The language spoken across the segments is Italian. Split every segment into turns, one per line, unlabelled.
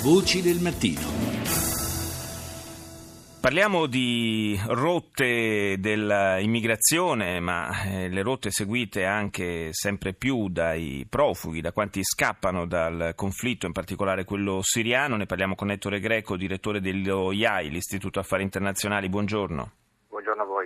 Voci del mattino.
Parliamo di rotte dell'immigrazione, ma le rotte seguite anche sempre più dai profughi, da quanti scappano dal conflitto, in particolare quello siriano. Ne parliamo con Ettore Greco, direttore dello IAI, l'Istituto Affari Internazionali. Buongiorno.
Buongiorno a voi.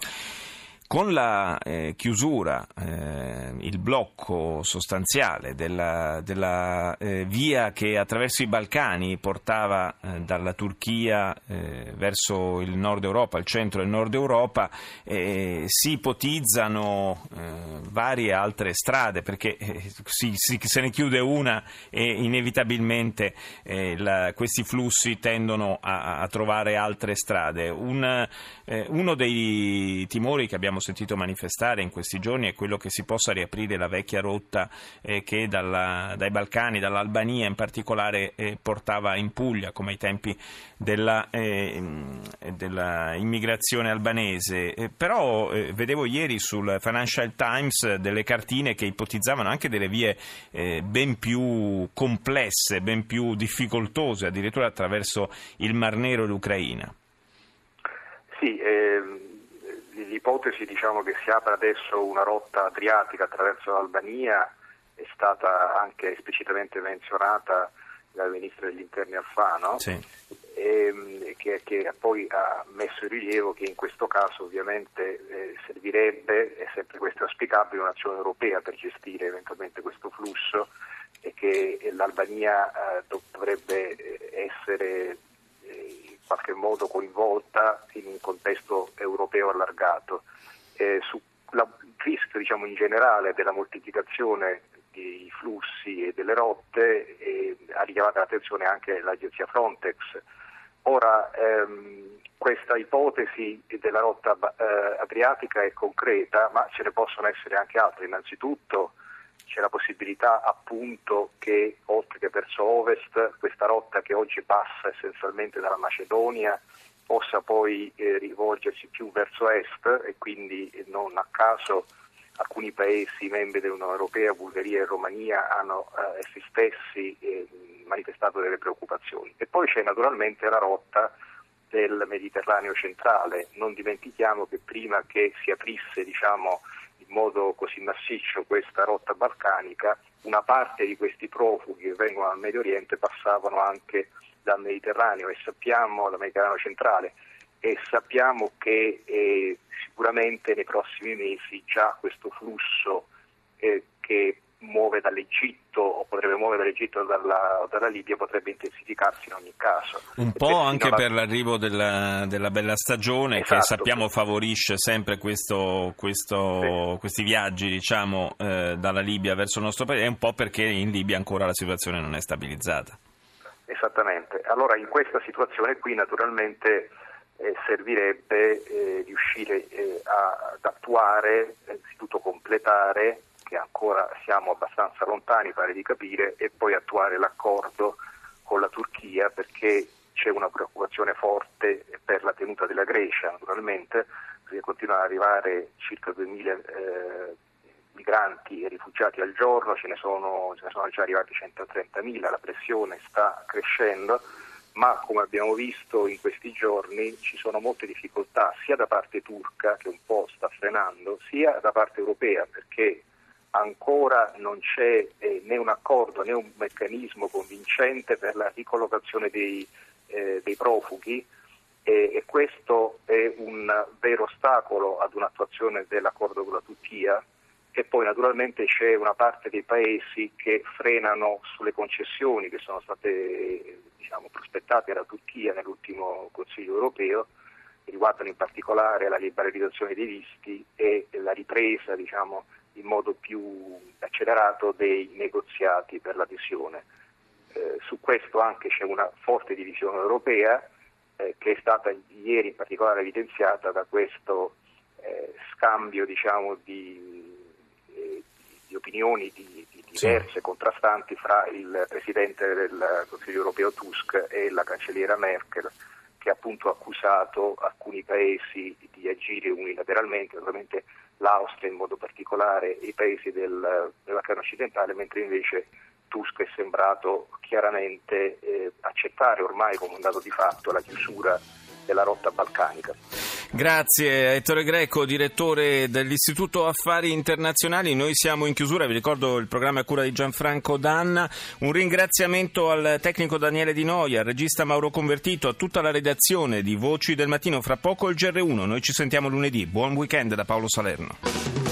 Con la chiusura, il blocco sostanziale della via che attraverso i Balcani portava dalla Turchia verso il nord Europa, il centro e il nord Europa, si ipotizzano varie altre strade, perché se ne chiude una e inevitabilmente questi flussi tendono a trovare altre strade. Uno dei timori che abbiamo sentito manifestare in questi giorni è quello che si possa riaprire la vecchia rotta che dai Balcani, dall'Albania in particolare, portava in Puglia, come ai tempi della immigrazione albanese. Però vedevo ieri sul Financial Times delle cartine che ipotizzavano anche delle vie ben più complesse, ben più difficoltose, addirittura attraverso il Mar Nero e l'Ucraina.
Sì, l'ipotesi che si apra adesso una rotta adriatica attraverso l'Albania è stata anche esplicitamente menzionata dal ministro degli interni Alfano,
sì.
Che poi ha messo in rilievo che in questo caso ovviamente servirebbe, e sempre questo è auspicabile, un'azione europea per gestire eventualmente questo flusso, e che l'Albania dovrebbe essere in qualche modo coinvolta in un contesto europeo allargato. Il rischio in generale della moltiplicazione dei flussi e delle rotte ha richiamato l'attenzione anche l'agenzia Frontex. Ora, questa ipotesi della rotta adriatica è concreta, ma ce ne possono essere anche altre. Innanzitutto c'è la possibilità appunto che oltre che verso ovest questa rotta, che oggi passa essenzialmente dalla Macedonia, possa poi rivolgersi più verso est, e quindi non a caso alcuni paesi membri dell'Unione Europea, Bulgaria e Romania, hanno essi stessi manifestato delle preoccupazioni. E poi c'è naturalmente la rotta del Mediterraneo centrale. Non dimentichiamo che prima che si aprisse in modo così massiccio questa rotta balcanica, una parte di questi profughi che vengono dal Medio Oriente passavano anche dal Mediterraneo dal Mediterraneo centrale, e sappiamo che sicuramente nei prossimi mesi già questo flusso che muove dall'Egitto o potrebbe muovere dall'Egitto o dalla Libia potrebbe intensificarsi in ogni caso.
Un po' anche per l'arrivo della bella stagione, esatto, che sappiamo favorisce sempre questi viaggi dalla Libia verso il nostro paese, e un po' perché in Libia ancora la situazione non è stabilizzata.
Esattamente. Allora in questa situazione qui naturalmente servirebbe riuscire ad attuare, innanzitutto completare, che ancora siamo abbastanza lontani, pare di capire, e poi attuare l'accordo con la Turchia, perché c'è una preoccupazione forte per la tenuta della Grecia, naturalmente, perché continuano ad arrivare circa 2000 migranti e rifugiati al giorno, ce ne sono già arrivati 130.000, la pressione sta crescendo, ma come abbiamo visto in questi giorni ci sono molte difficoltà sia da parte turca, che un po' sta frenando, sia da parte europea, perché ancora non c'è né un accordo né un meccanismo convincente per la ricollocazione dei profughi, e questo è un vero ostacolo ad un'attuazione dell'accordo con la Turchia. E poi naturalmente c'è una parte dei paesi che frenano sulle concessioni che sono state prospettate alla Turchia nell'ultimo Consiglio europeo, che riguardano in particolare la liberalizzazione dei visti e la ripresa in modo più accelerato dei negoziati per l'adesione. Su questo anche c'è una forte divisione europea che è stata ieri in particolare evidenziata da questo scambio di opinioni diverse, contrastanti, fra il Presidente del Consiglio europeo Tusk e la Cancelliera Merkel, che ha appunto accusato alcuni paesi di agire unilateralmente, ovviamente l'Austria in modo particolare, e i paesi del Balcano occidentale, mentre invece Tusk è sembrato chiaramente accettare ormai come un dato di fatto la chiusura della rotta balcanica.
Grazie a Ettore Greco, direttore dell'Istituto Affari Internazionali. Noi siamo in chiusura, vi ricordo il programma a cura di Gianfranco Danna. Un ringraziamento al tecnico Daniele Di Noia, al regista Mauro Convertito, a tutta la redazione di Voci del Mattino. Fra poco il GR1, noi ci sentiamo lunedì. Buon weekend da Paolo Salerno.